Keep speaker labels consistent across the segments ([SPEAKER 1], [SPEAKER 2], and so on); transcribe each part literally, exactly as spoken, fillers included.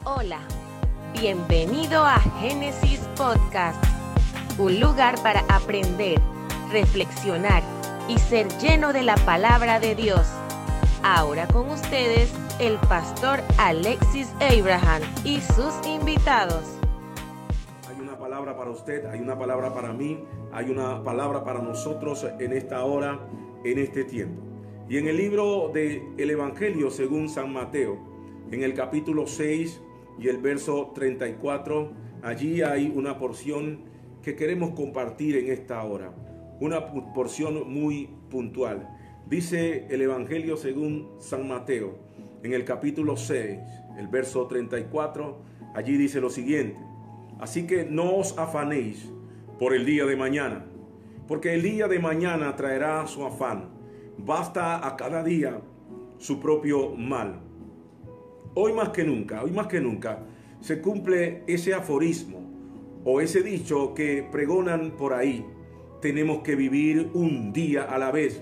[SPEAKER 1] Hola, bienvenido a Génesis Podcast, un lugar para aprender, reflexionar y ser lleno de la palabra de Dios. Ahora con ustedes, el pastor Alexis Abraham y sus invitados.
[SPEAKER 2] Hay una palabra para usted, hay una palabra para mí, hay una palabra para nosotros en esta hora, en este tiempo. Y en el libro del Evangelio según San Mateo, en el capítulo seis y el verso treinta y cuatro, allí hay una porción que queremos compartir en esta hora, una porción muy puntual. Dice el Evangelio según San Mateo, en el capítulo seis, el verso treinta y cuatro, allí dice lo siguiente: así que no os afanéis por el día de mañana, porque el día de mañana traerá su afán. Basta a cada día su propio mal. Hoy más que nunca, hoy más que nunca, se cumple ese aforismo o ese dicho que pregonan por ahí: tenemos que vivir un día a la vez.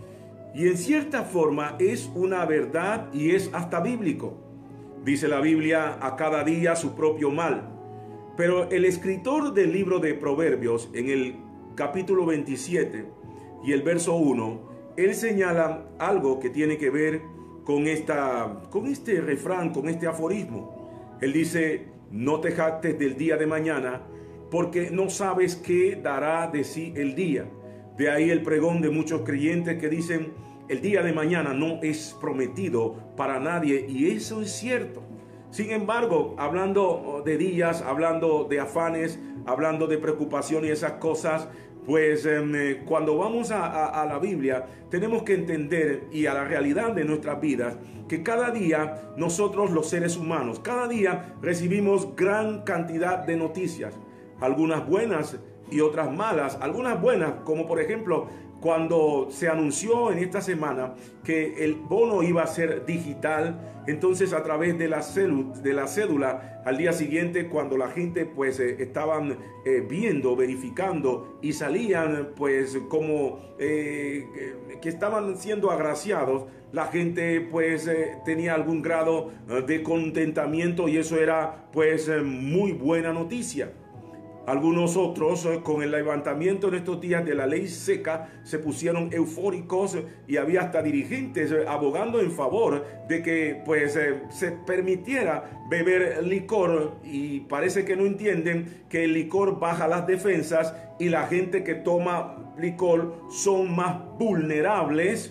[SPEAKER 2] Y en cierta forma es una verdad y es hasta bíblico. Dice la Biblia: a cada día su propio mal. Pero el escritor del libro de Proverbios, en el capítulo veintisiete y el verso uno, él señala algo que tiene que ver con, esta, con este refrán, con este aforismo. Él dice: no te jactes del día de mañana, porque no sabes qué dará de sí el día. De ahí el pregón de muchos creyentes que dicen: el día de mañana no es prometido para nadie, y eso es cierto. Sin embargo, hablando de días, hablando de afanes, hablando de preocupación y esas cosas, pues eh, cuando vamos a, a, a la Biblia tenemos que entender, y a la realidad de nuestras vidas, que cada día nosotros los seres humanos, cada día recibimos gran cantidad de noticias, algunas buenas y otras malas. Algunas buenas, como por ejemplo cuando se anunció en esta semana que el bono iba a ser digital. Entonces, a través de la, cédula, de la cédula, al día siguiente, cuando la gente pues eh, estaban eh, viendo, verificando, y salían pues como eh, que estaban siendo agraciados, la gente pues eh, tenía algún grado eh, de contentamiento, y eso era pues eh, muy buena noticia. Algunos otros, con el levantamiento en estos días de la ley seca, se pusieron eufóricos, y había hasta dirigentes abogando en favor de que pues eh, se permitiera beber licor, y parece que no entienden que el licor baja las defensas, y la gente que toma licor son más vulnerables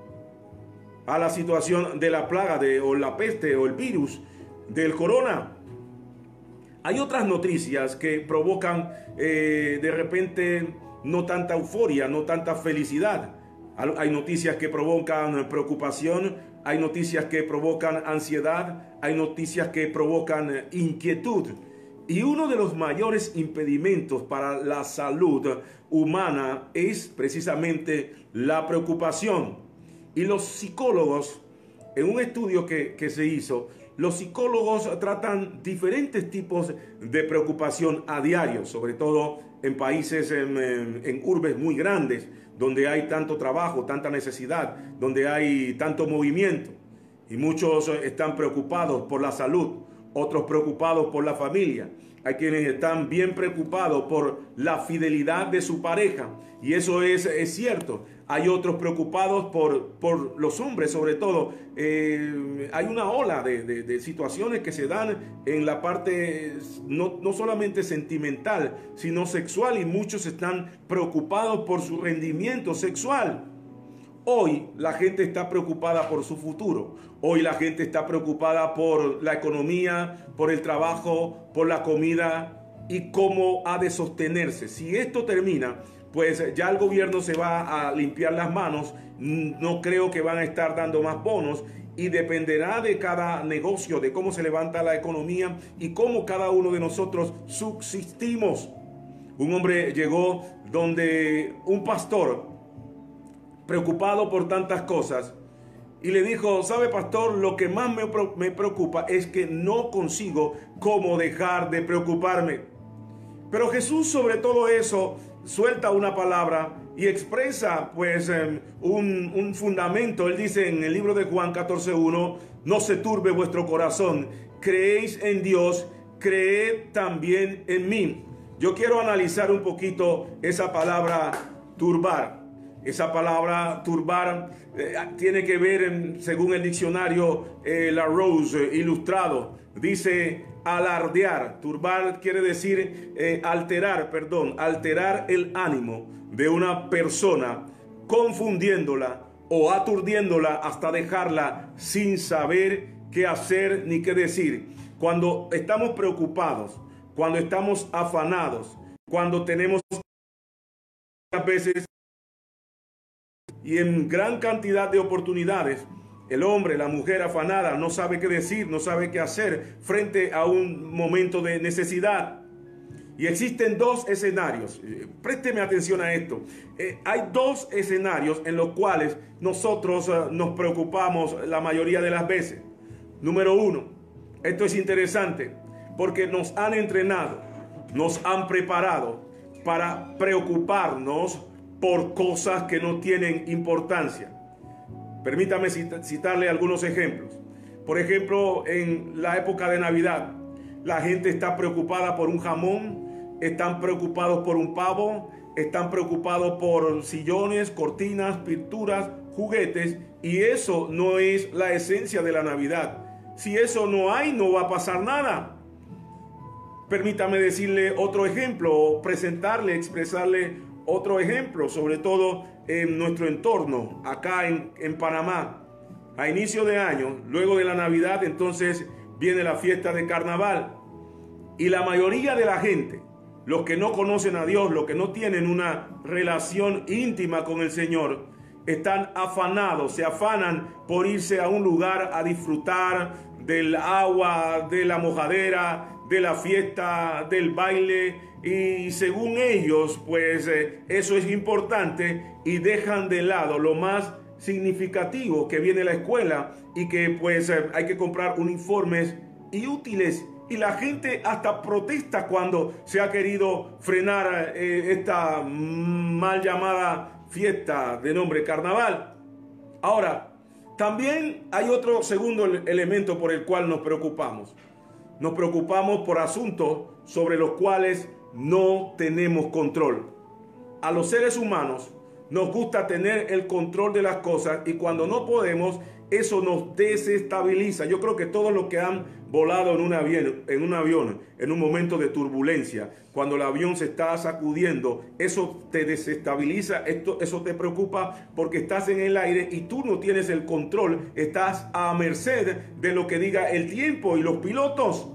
[SPEAKER 2] a la situación de la plaga de, o la peste o el virus del corona. Hay otras noticias que provocan eh, de repente no tanta euforia, no tanta felicidad. Hay noticias que provocan preocupación, hay noticias que provocan ansiedad, hay noticias que provocan inquietud. Y uno de los mayores impedimentos para la salud humana es precisamente la preocupación. Y los psicólogos, en un estudio que, que se hizo, los psicólogos tratan diferentes tipos de preocupación a diario, sobre todo en países, en, en, en urbes muy grandes, donde hay tanto trabajo, tanta necesidad, donde hay tanto movimiento. Y muchos están preocupados por la salud, otros preocupados por la familia. Hay quienes están bien preocupados por la fidelidad de su pareja, y eso es, es cierto. Hay otros preocupados por, por los hombres, sobre todo. Eh, hay una ola de, de, de situaciones que se dan en la parte no, no solamente sentimental, sino sexual, y muchos están preocupados por su rendimiento sexual. Hoy la gente está preocupada por su futuro. Hoy la gente está preocupada por la economía, por el trabajo, por la comida y cómo ha de sostenerse. Si esto termina, pues ya el gobierno se va a limpiar las manos. No creo que van a estar dando más bonos, y dependerá de cada negocio, de cómo se levanta la economía y cómo cada uno de nosotros subsistimos. Un hombre llegó donde un pastor, preocupado por tantas cosas, y le dijo: ¿sabe, pastor? Lo que más me, me preocupa es que no consigo cómo dejar de preocuparme. Pero Jesús, sobre todo eso, suelta una palabra y expresa pues un, un fundamento. Él dice en el libro de Juan catorce uno: no se turbe vuestro corazón, creéis en Dios, creed también en mí. Yo quiero analizar un poquito esa palabra turbar. Esa palabra turbar eh, tiene que ver, en, según el diccionario eh, Larousse eh, Ilustrado, dice alardear. Turbar quiere decir eh, alterar, perdón, alterar el ánimo de una persona, confundiéndola o aturdiéndola hasta dejarla sin saber qué hacer ni qué decir. Cuando estamos preocupados, cuando estamos afanados, cuando tenemos muchas veces y en gran cantidad de oportunidades, el hombre, la mujer afanada no sabe qué decir, no sabe qué hacer frente a un momento de necesidad. Y existen dos escenarios. Présteme atención a esto. Eh, hay dos escenarios en los cuales nosotros uh, nos preocupamos la mayoría de las veces. Número uno, esto es interesante porque nos han entrenado, nos han preparado para preocuparnos por cosas que no tienen importancia. Permítame citarle algunos ejemplos. Por ejemplo, en la época de Navidad, la gente está preocupada por un jamón, están preocupados por un pavo, están preocupados por sillones, cortinas, pinturas, juguetes, y eso no es la esencia de la Navidad. Si eso no hay, no va a pasar nada. Permítame decirle otro ejemplo, o presentarle, expresarle otro ejemplo, sobre todo en nuestro entorno, acá en, en Panamá. A inicio de año, luego de la Navidad, entonces viene la fiesta de carnaval. Y la mayoría de la gente, los que no conocen a Dios, los que no tienen una relación íntima con el Señor, están afanados, se afanan por irse a un lugar a disfrutar del agua, de la mojadera, de la fiesta, del baile, y según ellos, pues eh, eso es importante y dejan de lado lo más significativo, que viene la escuela y que pues eh, hay que comprar uniformes y útiles. Y la gente hasta protesta cuando se ha querido frenar eh, esta mal llamada fiesta de nombre carnaval. Ahora, también hay otro segundo elemento por el cual nos preocupamos. Nos preocupamos por asuntos sobre los cuales no tenemos control. A los seres humanos nos gusta tener el control de las cosas y cuando no podemos, eso nos desestabiliza. Yo creo que todos los que han volado en un avión, en un avión, en un momento de turbulencia, cuando el avión se está sacudiendo, eso te desestabiliza, esto, eso te preocupa porque estás en el aire y tú no tienes el control, estás a merced de lo que diga el tiempo y los pilotos.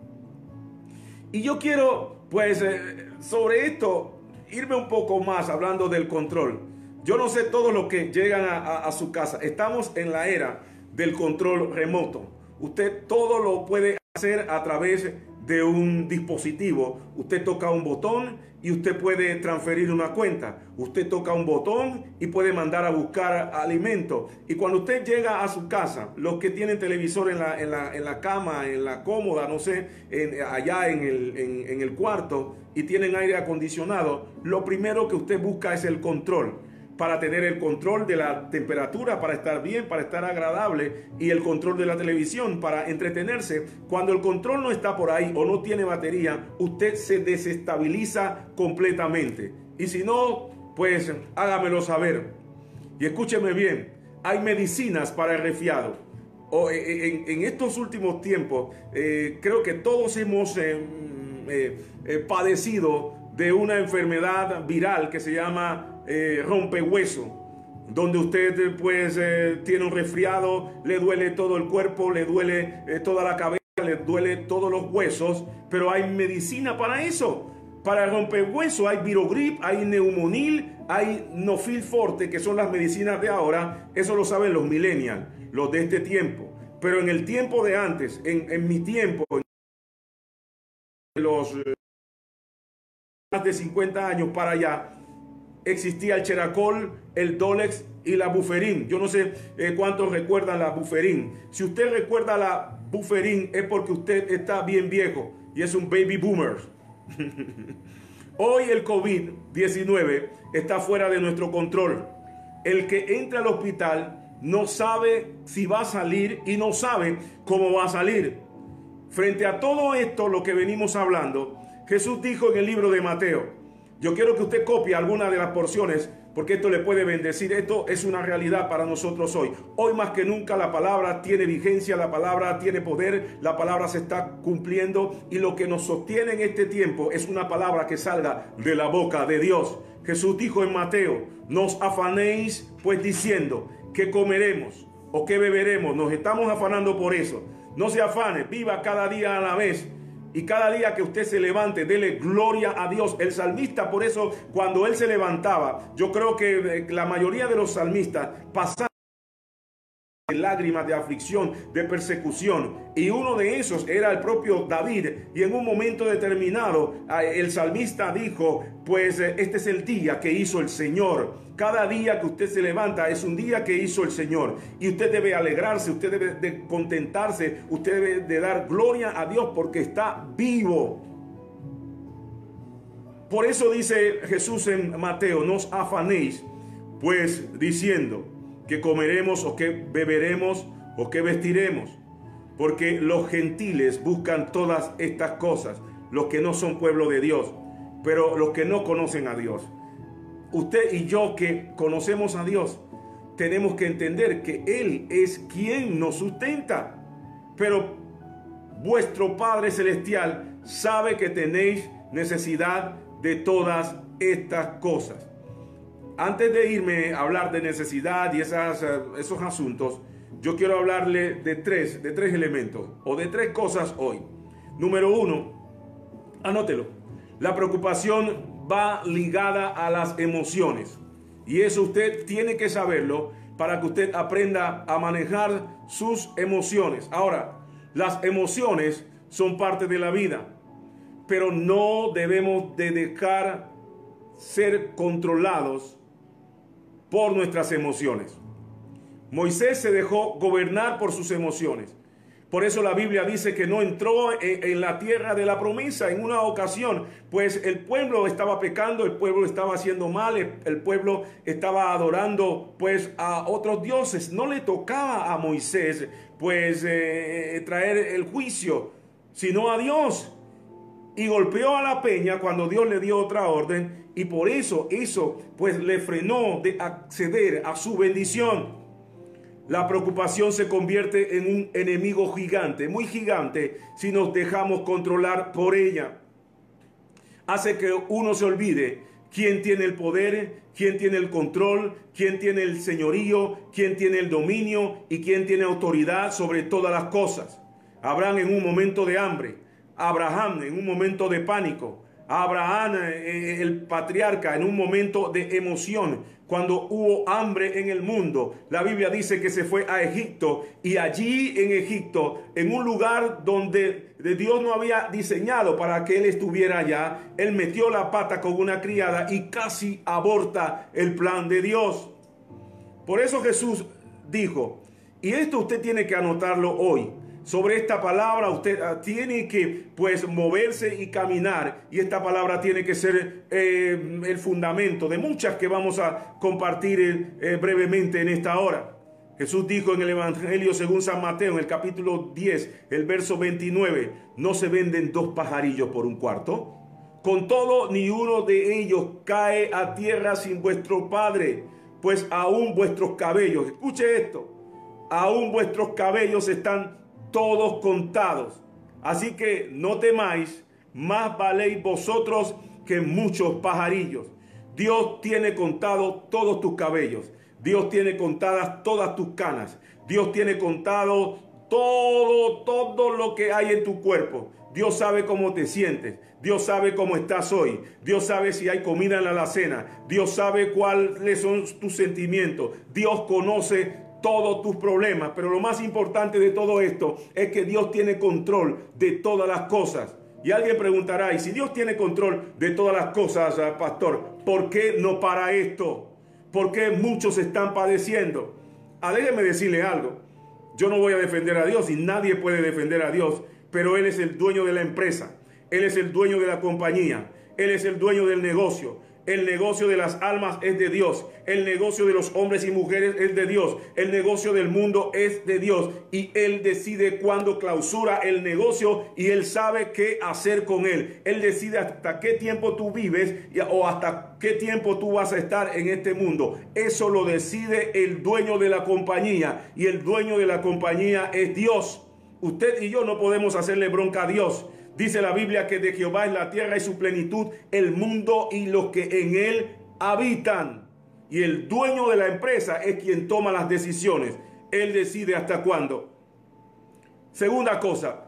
[SPEAKER 2] Y yo quiero, pues, eh, sobre esto, irme un poco más hablando del control. Yo no sé todos los que llegan a, a, a su casa. Estamos en la era del control remoto. Usted todo lo puede hacer a través de un dispositivo. Usted toca un botón y usted puede transferir una cuenta. Usted toca un botón y puede mandar a buscar alimento. Y cuando usted llega a su casa, los que tienen televisor en la, en la, en la cama, en la cómoda, no sé, en, allá en el, en, en el cuarto y tienen aire acondicionado, lo primero que usted busca es el control. Para tener el control de la temperatura, para estar bien, para estar agradable, y el control de la televisión para entretenerse. Cuando el control no está por ahí o no tiene batería, usted se desestabiliza completamente. Y si no, pues hágamelo saber. Y escúcheme bien, hay medicinas para el resfriado. O, en, en estos últimos tiempos, eh, creo que todos hemos eh, eh, eh, padecido de una enfermedad viral que se llama Eh, rompehueso, donde usted pues eh, tiene un resfriado, le duele todo el cuerpo, le duele eh, toda la cabeza, le duele todos los huesos, pero hay medicina para eso. Para el rompehueso hay Virogrip, hay Neumonil, hay Nofil Forte, que son las medicinas de ahora. Eso lo saben los millennials, los de este tiempo. Pero en el tiempo de antes, en, en mi tiempo, los eh, más de cincuenta años para allá, existía el Cheracol, el Dolex y la Buferin. Yo no sé eh, cuántos recuerdan la Buferin. Si usted recuerda la Buferin es porque usted está bien viejo y es un baby boomer. Hoy el COVID diecinueve está fuera de nuestro control. El que entra al hospital no sabe si va a salir y no sabe cómo va a salir. Frente a todo esto, lo que venimos hablando, Jesús dijo en el libro de Mateo, yo quiero que usted copie alguna de las porciones, porque esto le puede bendecir. Esto es una realidad para nosotros hoy. Hoy más que nunca la palabra tiene vigencia, la palabra tiene poder, la palabra se está cumpliendo, y lo que nos sostiene en este tiempo es una palabra que salga de la boca de Dios. Jesús dijo en Mateo, no os afanéis pues diciendo qué comeremos o qué beberemos. Nos estamos afanando por eso. No se afane, viva cada día a la vez. Y cada día que usted se levante, dele gloria a Dios. El salmista, por eso, cuando él se levantaba, yo creo que la mayoría de los salmistas pasaban de lágrimas, de aflicción, de persecución. Y uno de esos era el propio David. Y en un momento determinado, el salmista dijo, pues este es el día que hizo el Señor. Cada día que usted se levanta es un día que hizo el Señor. Y usted debe alegrarse, usted debe de contentarse, usted debe de dar gloria a Dios porque está vivo. Por eso dice Jesús en Mateo, no os afanéis, pues diciendo que comeremos o que beberemos o que vestiremos. Porque los gentiles buscan todas estas cosas, los que no son pueblo de Dios, pero los que no conocen a Dios. Usted y yo que conocemos a Dios, tenemos que entender que Él es quien nos sustenta. Pero vuestro Padre Celestial sabe que tenéis necesidad de todas estas cosas. Antes de irme a hablar de necesidad y esas, esos asuntos, yo quiero hablarle de tres, de tres elementos o de tres cosas hoy. Número uno, anótelo. La preocupación va ligada a las emociones. Y eso usted tiene que saberlo para que usted aprenda a manejar sus emociones. Ahora, las emociones son parte de la vida, pero no debemos de dejar ser controlados por nuestras emociones. Moisés se dejó gobernar por sus emociones. Por eso la Biblia dice que no entró en, en la tierra de la promesa en una ocasión, pues el pueblo estaba pecando, el pueblo estaba haciendo mal, el, el pueblo estaba adorando pues a otros dioses. No le tocaba a Moisés pues eh, traer el juicio, sino a Dios. Y golpeó a la peña cuando Dios le dio otra orden, y por eso eso pues le frenó de acceder a su bendición. La preocupación se convierte en un enemigo gigante, muy gigante, si nos dejamos controlar por ella. Hace que uno se olvide quién tiene el poder, quién tiene el control, quién tiene el señorío, quién tiene el dominio y quién tiene autoridad sobre todas las cosas. Abraham en un momento de hambre, Abraham en un momento de pánico, Abraham, el patriarca, en un momento de emoción, cuando hubo hambre en el mundo. La Biblia dice que se fue a Egipto, y allí en Egipto, en un lugar donde Dios no había diseñado para que él estuviera allá, él metió la pata con una criada y casi aborta el plan de Dios. Por eso Jesús dijo, y esto usted tiene que anotarlo hoy, sobre esta palabra usted uh, tiene que pues moverse y caminar, y esta palabra tiene que ser eh, el fundamento de muchas que vamos a compartir eh, brevemente en esta hora. Jesús dijo en el Evangelio según San Mateo, en el capítulo diez, el verso veintinueve, ¿no se venden dos pajarillos por un cuarto? Con todo, ni uno de ellos cae a tierra sin vuestro Padre, pues aún vuestros cabellos, escuche esto, aún vuestros cabellos están todos contados. Así que no temáis, más valéis vosotros que muchos pajarillos. Dios tiene contado todos tus cabellos. Dios tiene contadas todas tus canas. Dios tiene contado todo, todo lo que hay en tu cuerpo. Dios sabe cómo te sientes. Dios sabe cómo estás hoy. Dios sabe si hay comida en la alacena. Dios sabe cuáles son tus sentimientos. Dios conoce todos tus problemas, pero lo más importante de todo esto es que Dios tiene control de todas las cosas. Y alguien preguntará, y si Dios tiene control de todas las cosas, pastor, ¿por qué no para esto? ¿Por qué muchos están padeciendo? Ah, déjeme decirle algo, yo no voy a defender a Dios y nadie puede defender a Dios, pero Él es el dueño de la empresa, Él es el dueño de la compañía, Él es el dueño del negocio. El negocio de las almas es de Dios. El negocio de los hombres y mujeres es de Dios. El negocio del mundo es de Dios. Y Él decide cuándo clausura el negocio y Él sabe qué hacer con él. Él decide hasta qué tiempo tú vives o hasta qué tiempo tú vas a estar en este mundo. Eso lo decide el dueño de la compañía. Y el dueño de la compañía es Dios. Usted y yo no podemos hacerle bronca a Dios. Dice la Biblia que de Jehová es la tierra y su plenitud, el mundo y los que en él habitan. Y el dueño de la empresa es quien toma las decisiones. Él decide hasta cuándo. Segunda cosa,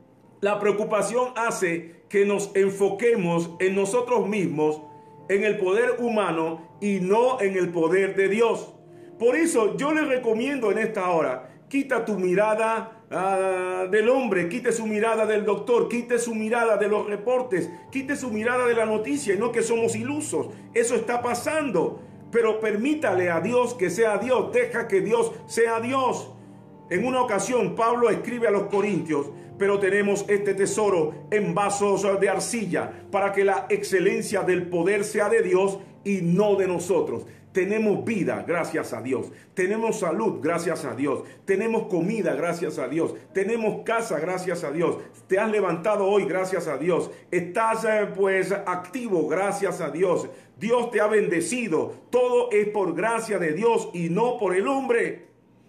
[SPEAKER 2] la preocupación hace que nos enfoquemos en nosotros mismos, en el poder humano y no en el poder de Dios. Por eso yo le recomiendo en esta hora, quita tu mirada Uh, del hombre, quite su mirada del doctor, quite su mirada de los reportes, quite su mirada de la noticia y no que somos ilusos. Eso está pasando, pero permítale a Dios que sea Dios, deja que Dios sea Dios. En una ocasión Pablo escribe a los Corintios: pero tenemos este tesoro en vasos de arcilla, para que la excelencia del poder sea de Dios y no de nosotros. Tenemos vida, gracias a Dios. Tenemos salud, gracias a Dios. Tenemos comida, gracias a Dios. Tenemos casa, gracias a Dios. Te has levantado hoy, gracias a Dios. Estás eh, pues activo, gracias a Dios. Dios te ha bendecido. Todo es por gracia de Dios y no por el hombre.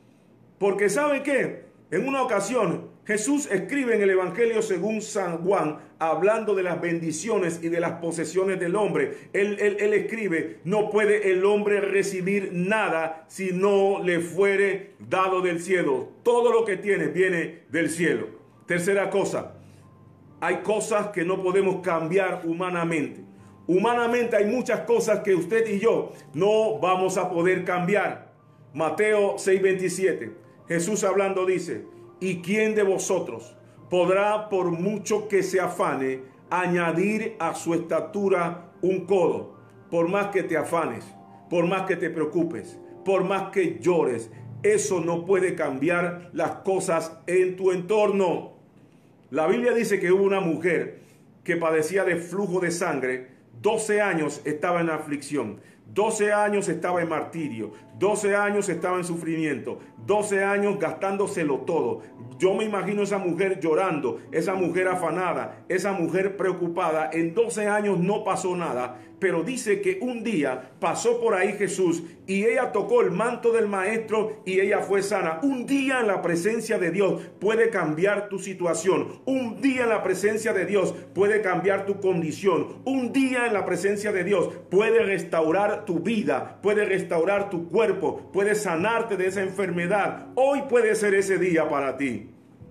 [SPEAKER 2] Porque ¿sabe qué? En una ocasión Jesús escribe en el Evangelio según San Juan, hablando de las bendiciones y de las posesiones del hombre. Él, él, él escribe: no puede el hombre recibir nada si no le fuere dado del cielo. Todo lo que tiene viene del cielo. Tercera cosa, hay cosas que no podemos cambiar humanamente. Humanamente hay muchas cosas que usted y yo no vamos a poder cambiar. Mateo seis veintisiete, Jesús hablando dice: ¿y quién de vosotros podrá, por mucho que se afane, añadir a su estatura un codo? Por más que te afanes, por más que te preocupes, por más que llores, eso no puede cambiar las cosas en tu entorno. La Biblia dice que hubo una mujer que padecía de flujo de sangre. doce años estaba en aflicción, doce años estaba en martirio, doce años estaba en sufrimiento, doce años gastándoselo todo. Yo me imagino esa mujer llorando, esa mujer afanada, esa mujer preocupada. En doce años no pasó nada, pero dice que un día pasó por ahí Jesús y ella tocó el manto del maestro y ella fue sana. Un día en la presencia de Dios puede cambiar tu situación. Un día en la presencia de Dios puede cambiar tu condición. Un día en la presencia de Dios puede restaurar tu vida, puede restaurar tu cuerpo, puede sanarte de esa enfermedad. Hoy puede ser ese día para ti.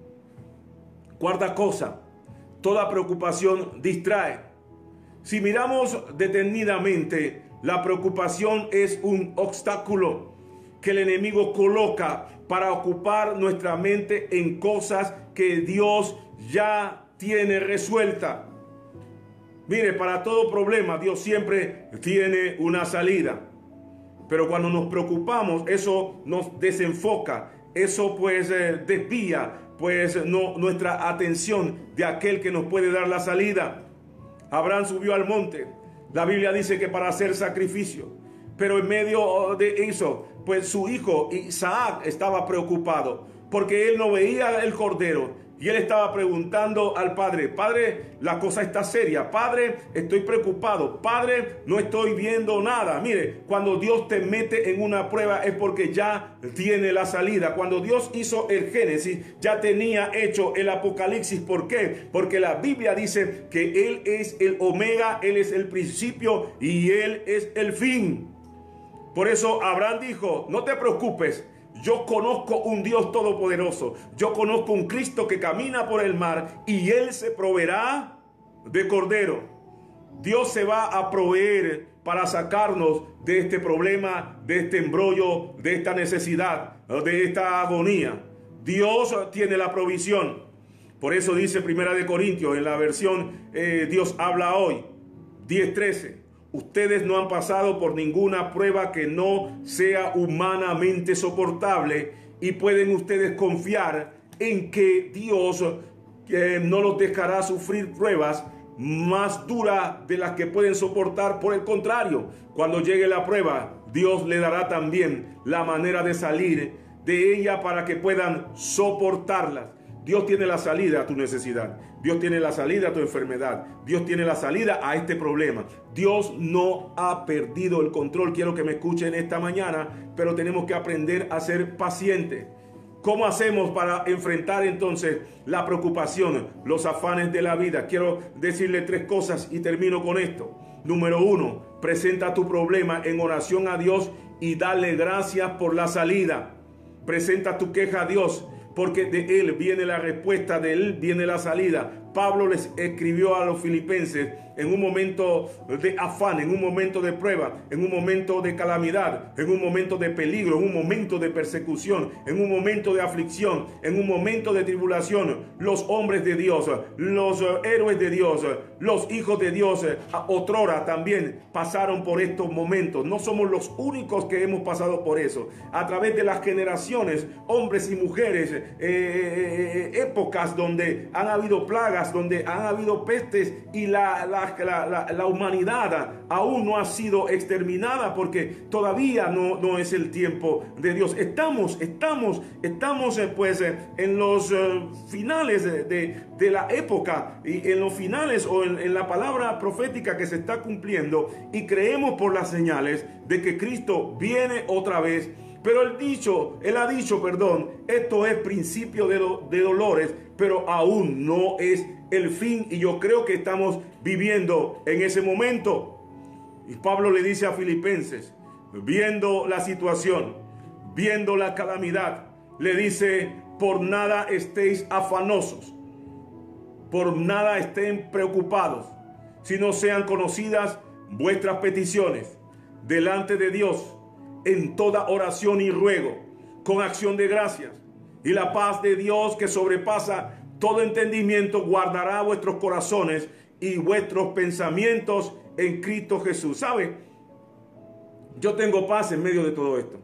[SPEAKER 2] Cuarta cosa, toda preocupación distrae. Si miramos detenidamente, la preocupación es un obstáculo que el enemigo coloca para ocupar nuestra mente en cosas que Dios ya tiene resuelta. Mire, para todo problema Dios siempre tiene una salida. Pero cuando nos preocupamos, eso nos desenfoca, eso pues eh, desvía pues no, nuestra atención de aquel que nos puede dar la salida. Abraham subió al monte. La Biblia dice que para hacer sacrificio. Pero en medio de eso, pues su hijo Isaac estaba preocupado porque él no veía el cordero. Y él estaba preguntando al padre: Padre, la cosa está seria. Padre, estoy preocupado. Padre, no estoy viendo nada. Mire, cuando Dios te mete en una prueba es porque ya tiene la salida. Cuando Dios hizo el Génesis, ya tenía hecho el Apocalipsis. ¿Por qué? Porque la Biblia dice que Él es el Omega, Él es el principio y Él es el fin. Por eso Abraham dijo: no te preocupes. Yo conozco un Dios todopoderoso. Yo conozco un Cristo que camina por el mar y Él se proveerá de cordero. Dios se va a proveer para sacarnos de este problema, de este embrollo, de esta necesidad, de esta agonía. Dios tiene la provisión. Por eso dice Primera de Corintios en la versión eh, Dios habla hoy, diez trece. Ustedes no han pasado por ninguna prueba que no sea humanamente soportable y pueden ustedes confiar en que Dios eh, no los dejará sufrir pruebas más dura de las que pueden soportar. Por el contrario, cuando llegue la prueba, Dios le dará también la manera de salir de ella para que puedan soportarlas. Dios tiene la salida a tu necesidad. Dios tiene la salida a tu enfermedad. Dios tiene la salida a este problema. Dios no ha perdido el control. Quiero que me escuchen esta mañana, pero tenemos que aprender a ser pacientes. ¿Cómo hacemos para enfrentar entonces la preocupación, los afanes de la vida? Quiero decirle tres cosas y termino con esto. Número uno, presenta tu problema en oración a Dios y dale gracias por la salida. Presenta tu queja a Dios, porque de Él viene la respuesta, de Él viene la salida. Pablo les escribió a los filipenses en un momento de afán, en un momento de prueba, en un momento de calamidad, en un momento de peligro, en un momento de persecución, en un momento de aflicción, en un momento de tribulación. Los hombres de Dios, los héroes de Dios, los hijos de Dios, otrora también pasaron por estos momentos. No somos los únicos que hemos pasado por eso. A través de las generaciones, hombres y mujeres, eh, eh, épocas donde han habido plagas, donde han habido pestes y la, la, la, la, la humanidad aún no ha sido exterminada porque todavía no, no es el tiempo de Dios. Estamos, estamos, estamos eh, pues eh, en los eh, finales de, de, de la época y en los finales o en, en la palabra profética que se está cumpliendo y creemos por las señales de que Cristo viene otra vez. Pero él dicho, él ha dicho, perdón, esto es principio de, do, de dolores, pero aún no es el fin. Y yo creo que estamos viviendo en ese momento. Y Pablo le dice a Filipenses, viendo la situación, viendo la calamidad, le dice, por nada estéis afanosos, por nada estén preocupados, sino sean conocidas vuestras peticiones delante de Dios en toda oración y ruego, con acción de gracias. Y la paz de Dios que sobrepasa todo entendimiento guardará vuestros corazones y vuestros pensamientos en Cristo Jesús. ¿Sabe? Yo tengo paz en medio de todo esto.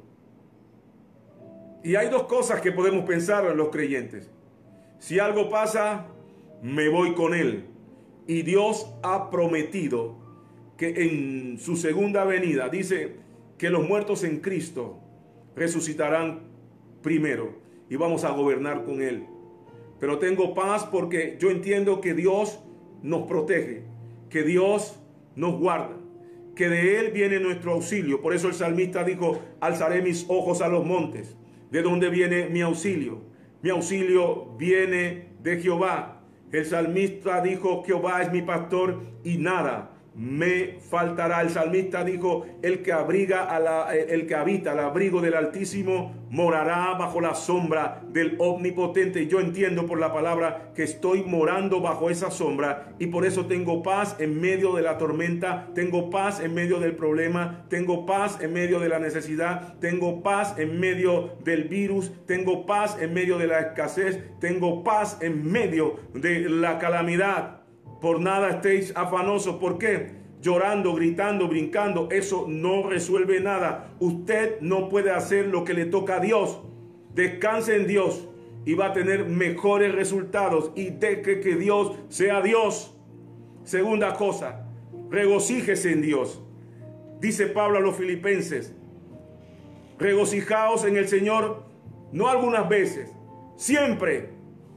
[SPEAKER 2] Y hay dos cosas que podemos pensar en los creyentes. Si algo pasa, me voy con Él. Y Dios ha prometido que en su segunda venida, dice que los muertos en Cristo resucitarán primero y vamos a gobernar con Él. Pero tengo paz porque yo entiendo que Dios nos protege, que Dios nos guarda, que de Él viene nuestro auxilio. Por eso el salmista dijo, alzaré mis ojos a los montes. ¿De dónde viene mi auxilio? Mi auxilio viene de Jehová. El salmista dijo, Jehová es mi pastor y nada me faltará. El salmista dijo, el que abriga a la, el que habita al abrigo del Altísimo morará bajo la sombra del Omnipotente. Yo entiendo por la palabra que estoy morando bajo esa sombra y por eso tengo paz en medio de la tormenta, tengo paz en medio del problema, tengo paz en medio de la necesidad, tengo paz en medio del virus, tengo paz en medio de la escasez, tengo paz en medio de la calamidad. Por nada estéis afanosos. ¿Por qué? Llorando, gritando, brincando. Eso no resuelve nada. Usted no puede hacer lo que le toca a Dios. Descanse en Dios y va a tener mejores resultados. Y deje que Dios sea Dios. Segunda cosa, regocíjese en Dios. Dice Pablo a los filipenses, regocijaos en el Señor, no algunas veces, siempre.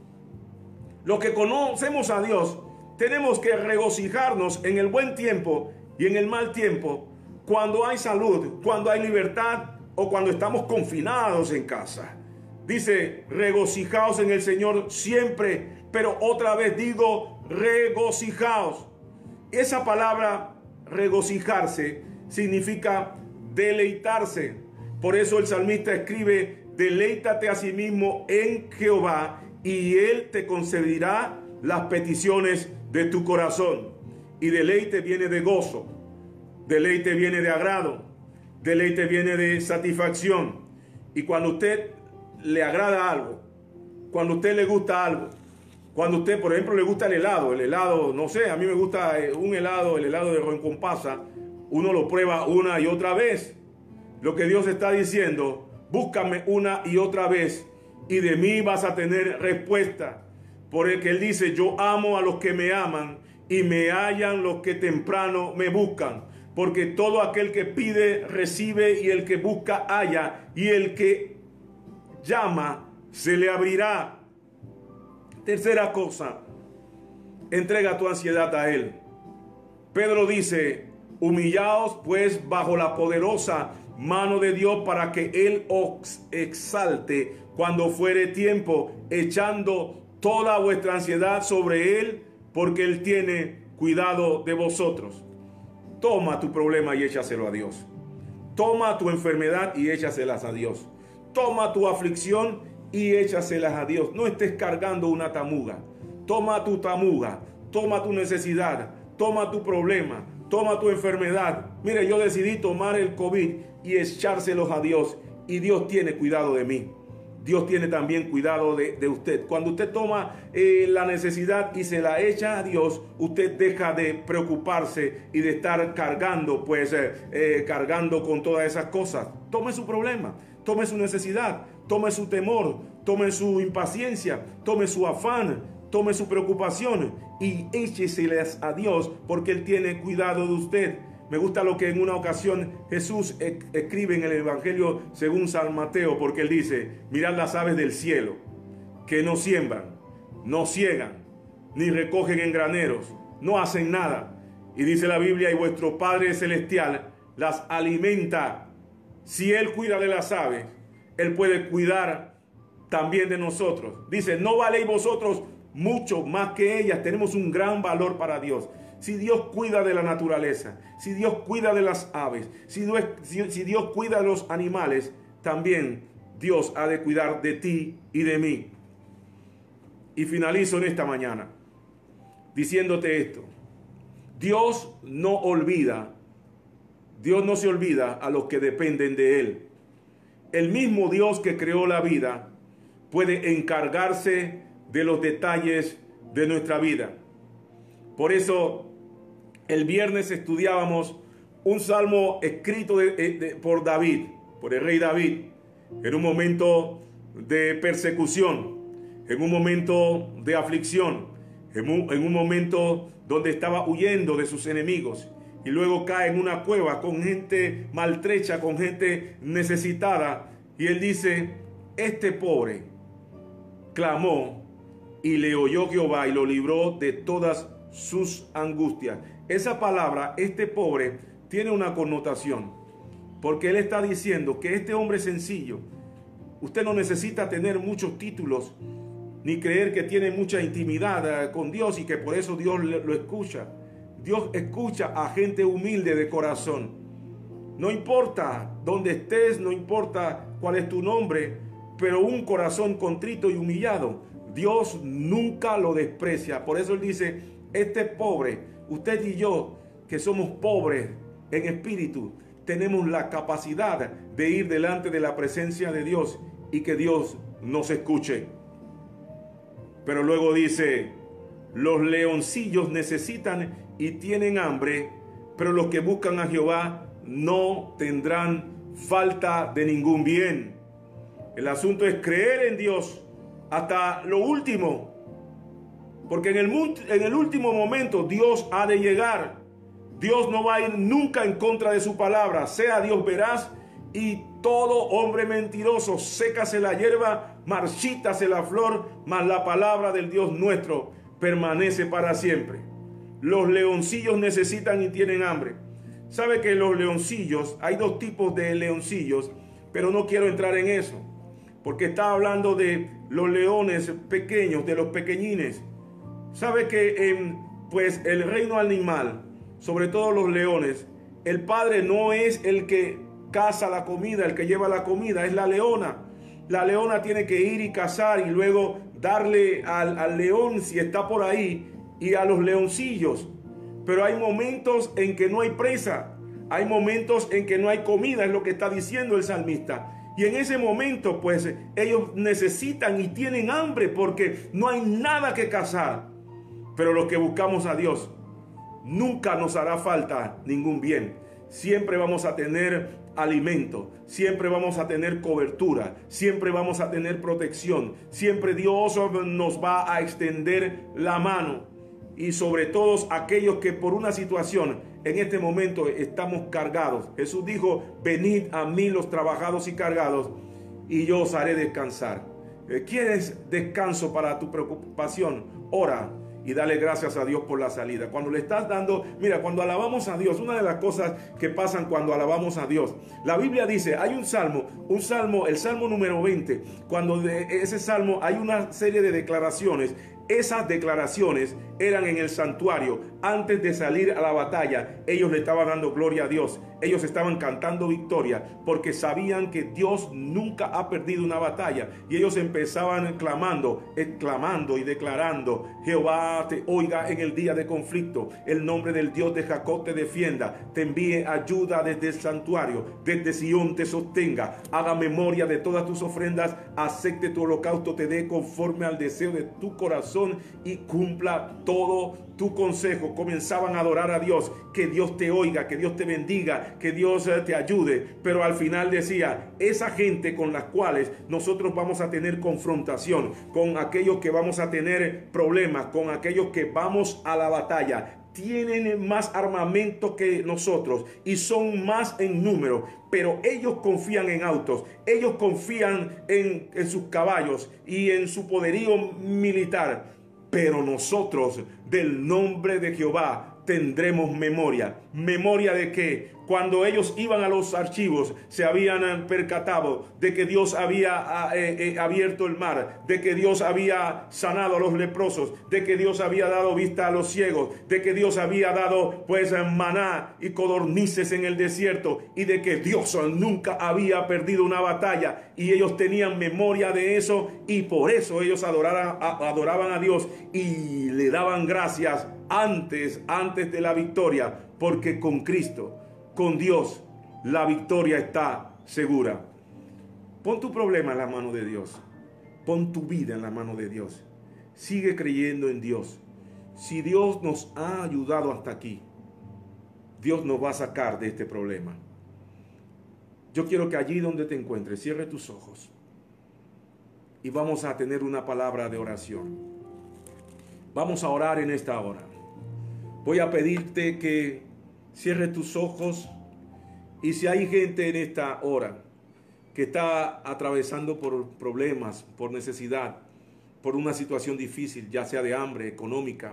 [SPEAKER 2] Los que conocemos a Dios, tenemos que regocijarnos en el buen tiempo y en el mal tiempo, cuando hay salud, cuando hay libertad o cuando estamos confinados en casa. Dice, regocijaos en el Señor siempre, pero otra vez digo, regocijaos. Esa palabra regocijarse significa deleitarse. Por eso el salmista escribe, deleítate a sí mismo en Jehová y Él te concederá las peticiones de tu corazón. Y deleite viene de gozo, deleite viene de agrado, deleite viene de satisfacción. Y cuando usted le agrada algo, cuando a usted le gusta algo, cuando a usted, por ejemplo, le gusta el helado, el helado, no sé, a mí me gusta un helado, el helado de Roncón Pasa, uno lo prueba una y otra vez. Lo que Dios está diciendo, búscame una y otra vez y de mí vas a tener respuesta. Por el que Él dice, yo amo a los que me aman y me hallan los que temprano me buscan. Porque todo aquel que pide, recibe, y el que busca, halla, y el que llama, se le abrirá. Tercera cosa, entrega tu ansiedad a Él. Pedro dice, humillaos pues bajo la poderosa mano de Dios para que Él os exalte cuando fuere tiempo, echando toda vuestra ansiedad sobre Él, porque Él tiene cuidado de vosotros. Toma tu problema y échaselo a Dios. Toma tu enfermedad y échaselas a Dios. Toma tu aflicción y échaselas a Dios. No estés cargando una tamuga. Toma tu tamuga, toma tu necesidad, toma tu problema, toma tu enfermedad. Mire, yo decidí tomar el COVID y echárselos a Dios, y Dios tiene cuidado de mí. Dios tiene también cuidado de, de usted. Cuando usted toma eh, la necesidad y se la echa a Dios, usted deja de preocuparse y de estar cargando, pues, eh, eh, cargando con todas esas cosas. Tome su problema, tome su necesidad, tome su temor, tome su impaciencia, tome su afán, tome su preocupación y écheselas a Dios, porque Él tiene cuidado de usted. Me gusta lo que en una ocasión Jesús escribe en el Evangelio según San Mateo, porque Él dice, mirad las aves del cielo, que no siembran, no ciegan, ni recogen en graneros, no hacen nada. Y dice la Biblia, y vuestro Padre Celestial las alimenta. Si Él cuida de las aves, Él puede cuidar también de nosotros. Dice, ¿no valéis vosotros mucho más que ellas? Tenemos un gran valor para Dios. Si Dios cuida de la naturaleza, si Dios cuida de las aves, si Dios, si, si Dios cuida de los animales, también Dios ha de cuidar de ti y de mí. Y finalizo en esta mañana diciéndote esto. Dios no olvida, Dios no se olvida a los que dependen de Él. El mismo Dios que creó la vida puede encargarse de los detalles de nuestra vida. Por eso, el viernes estudiábamos un salmo escrito de, de, por David, por el rey David, en un momento de persecución, en un momento de aflicción, en un, en un momento donde estaba huyendo de sus enemigos, y luego cae en una cueva con gente maltrecha, con gente necesitada, y él dice, este pobre clamó y le oyó Jehová y lo libró de todas sus angustias. Esa palabra, este pobre, tiene una connotación, porque él está diciendo que este hombre sencillo, usted no necesita tener muchos títulos, ni creer que tiene mucha intimidad con Dios y que por eso Dios lo escucha. Dios escucha a gente humilde de corazón. No importa dónde estés, no importa cuál es tu nombre, pero un corazón contrito y humillado, Dios nunca lo desprecia. Por eso Él dice, este pobre, usted y yo, que somos pobres en espíritu, tenemos la capacidad de ir delante de la presencia de Dios y que Dios nos escuche. Pero luego dice, los leoncillos necesitan y tienen hambre, pero los que buscan a Jehová no tendrán falta de ningún bien. El asunto es creer en Dios hasta lo último, porque en el, en el último momento Dios ha de llegar. Dios no va a ir nunca en contra de su palabra. Sea Dios veraz y todo hombre mentiroso. Sécase la hierba, marchítase la flor, mas la palabra del Dios nuestro permanece para siempre. Los leoncillos necesitan y tienen hambre. Sabe que los leoncillos, hay dos tipos de leoncillos, pero no quiero entrar en eso, porque está hablando de los leones pequeños, de los pequeñines. Sabe que en pues el reino animal, sobre todo los leones, el padre no es el que caza la comida, el que lleva la comida, es la leona. La leona tiene que ir y cazar y luego darle al, al león si está por ahí y a los leoncillos. Pero hay momentos en que no hay presa, hay momentos en que no hay comida, es lo que está diciendo el salmista. Y en ese momento pues ellos necesitan y tienen hambre porque no hay nada que cazar. Pero los que buscamos a Dios, nunca nos hará falta ningún bien. Siempre vamos a tener alimento, siempre vamos a tener cobertura, siempre vamos a tener protección, siempre Dios nos va a extender la mano. y sobre todos aquellos que por una situación en este momento estamos cargados. Jesús dijo, venid a mí los trabajados y cargados y yo os haré descansar. ¿Quieres descanso para tu preocupación? Ora y dale gracias a Dios por la salida. Cuando le estás dando, mira, cuando alabamos a Dios, una de las cosas que pasan cuando alabamos a Dios, la Biblia dice, hay un salmo, un salmo, el salmo número veinte, cuando de ese salmo hay una serie de declaraciones. Esas declaraciones eran en el santuario. Antes de salir a la batalla, ellos le estaban dando gloria a Dios. Ellos estaban cantando victoria porque sabían que Dios nunca ha perdido una batalla. Y ellos empezaban clamando, clamando y declarando, Jehová te oiga en el día de conflicto. El nombre del Dios de Jacob te defienda. Te envíe ayuda desde el santuario. Desde Sión te sostenga. Haga memoria de todas tus ofrendas. Acepte tu holocausto, te dé conforme al deseo de tu corazón y cumpla todo tu consejo. Comenzaban a adorar a Dios, que Dios te oiga, que Dios te bendiga, que Dios te ayude, pero al final decía, esa gente con las cuales nosotros vamos a tener confrontación, con aquellos que vamos a tener problemas, con aquellos que vamos a la batalla, tienen más armamento que nosotros y son más en número, pero ellos confían en autos, ellos confían en, en sus caballos y en su poderío militar, pero nosotros del nombre de Jehová tendremos memoria. ¿Memoria de qué? Cuando ellos iban a los archivos, se habían percatado de que Dios había eh, eh, abierto el mar, de que Dios había sanado a los leprosos, de que Dios había dado vista a los ciegos, de que Dios había dado pues maná y codornices en el desierto, y de que Dios nunca había perdido una batalla, y ellos tenían memoria de eso, y por eso ellos adoraban a, adoraban a Dios y le daban gracias antes, antes de la victoria, porque con Cristo, con Dios, la victoria está segura. Pon tu problema en la mano de Dios. Pon tu vida en la mano de Dios. Sigue creyendo en Dios. Si Dios nos ha ayudado hasta aquí, Dios nos va a sacar de este problema. Yo quiero que allí donde te encuentres, cierre tus ojos y vamos a tener una palabra de oración. Vamos a orar en esta hora. Voy a pedirte que cierre tus ojos, y si hay gente en esta hora que está atravesando por problemas, por necesidad, por una situación difícil, ya sea de hambre, económica,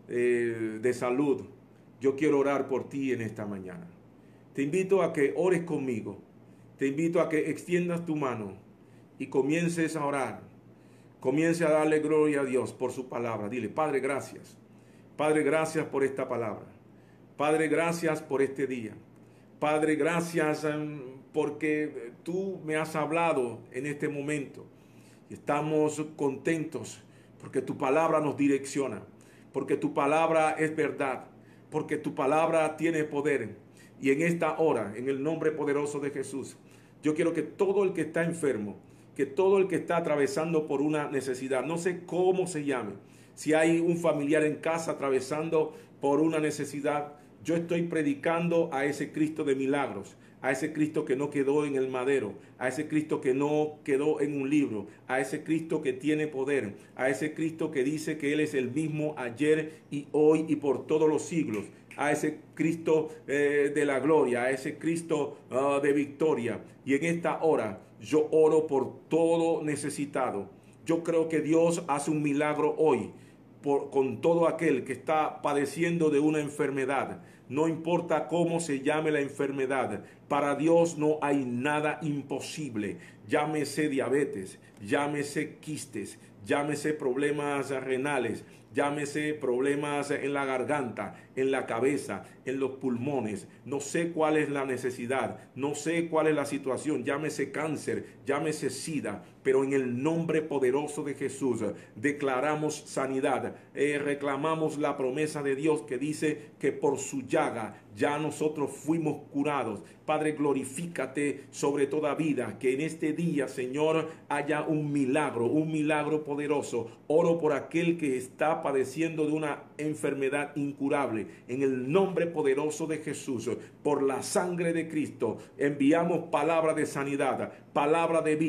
[SPEAKER 2] eh, de salud, yo quiero orar por ti en esta mañana. Te invito a que ores conmigo, te invito a que extiendas tu mano y comiences a orar, comience a darle gloria a Dios por su palabra. Dile, Padre, gracias. Padre, gracias por esta palabra. Padre, gracias por este día. Padre, gracias um, porque tú me has hablado en este momento. Estamos contentos porque tu palabra nos direcciona, porque tu palabra es verdad, porque tu palabra tiene poder. Y en esta hora, en el nombre poderoso de Jesús, yo quiero que todo el que está enfermo, que todo el que está atravesando por una necesidad, no sé cómo se llame, si hay un familiar en casa atravesando por una necesidad, yo estoy predicando a ese Cristo de milagros, a ese Cristo que no quedó en el madero, a ese Cristo que no quedó en un libro, a ese Cristo que tiene poder, a ese Cristo que dice que Él es el mismo ayer y hoy y por todos los siglos, a ese Cristo eh, de la gloria, a ese Cristo uh, de victoria. Y en esta hora yo oro por todo necesitado. Yo creo que Dios hace un milagro hoy. Por, con todo aquel que está padeciendo de una enfermedad, no importa cómo se llame la enfermedad, para Dios no hay nada imposible. Llámese diabetes, llámese quistes, llámese problemas renales, llámese problemas en la garganta, en la cabeza, en los pulmones. No sé cuál es la necesidad, no sé cuál es la situación, llámese cáncer, llámese sida, pero en el nombre poderoso de Jesús declaramos sanidad, eh, reclamamos la promesa de Dios que dice que por su llaga ya nosotros fuimos curados. Padre, glorifícate sobre toda vida, que en este día, Señor, haya un milagro, un milagro poderoso. Oro por aquel que está padeciendo de una enfermedad incurable. En el nombre poderoso de Jesús, por la sangre de Cristo, enviamos palabra de sanidad, palabra de vida,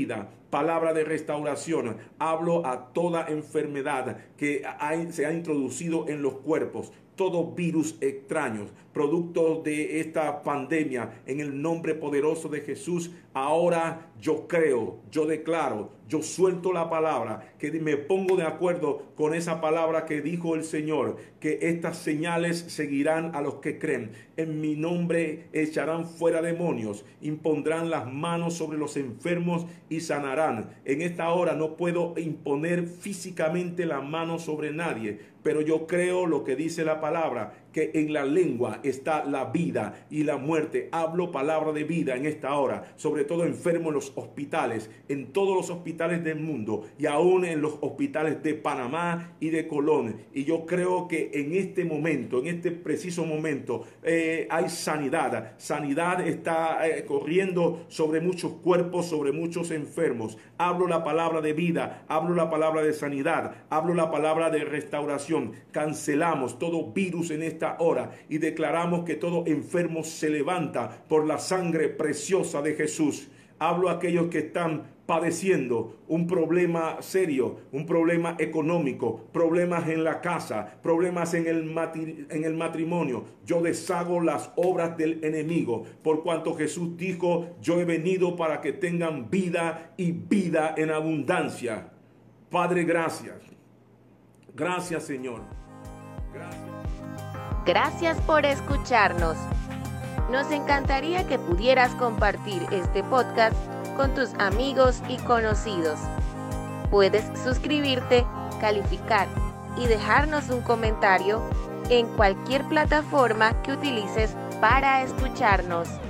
[SPEAKER 2] palabra de restauración. Hablo a toda enfermedad que hay, se ha introducido en los cuerpos. Todo virus extraño, producto de esta pandemia, en el nombre poderoso de Jesús, ahora yo creo, yo declaro, yo suelto la palabra, que me pongo de acuerdo con esa palabra que dijo el Señor, que estas señales seguirán a los que creen. En mi nombre echarán fuera demonios, impondrán las manos sobre los enfermos y sanarán. En esta hora no puedo imponer físicamente la mano sobre nadie, pero yo creo lo que dice la palabra, que en la lengua está la vida y la muerte. Hablo palabra de vida en esta hora, sobre todo enfermos en los hospitales, en todos los hospitales del mundo y aún en los hospitales de Panamá y de Colón. Y yo creo que en este momento, en este preciso momento, eh, hay sanidad. Sanidad está eh, corriendo sobre muchos cuerpos, sobre muchos enfermos. Hablo la palabra de vida, hablo la palabra de sanidad, hablo la palabra de restauración. Cancelamos todo virus en esta hora y declaramos que todo enfermo se levanta por la sangre preciosa de Jesús. Hablo a aquellos que están padeciendo un problema serio, un problema económico, problemas en la casa, problemas en el, matri- en el matrimonio. Yo deshago las obras del enemigo, por cuanto Jesús dijo, yo he venido para que tengan vida y vida en abundancia. Padre, gracias. Gracias, Señor. Gracias.
[SPEAKER 1] Gracias por escucharnos. Nos encantaría que pudieras compartir este podcast con tus amigos y conocidos. Puedes suscribirte, calificar y dejarnos un comentario en cualquier plataforma que utilices para escucharnos.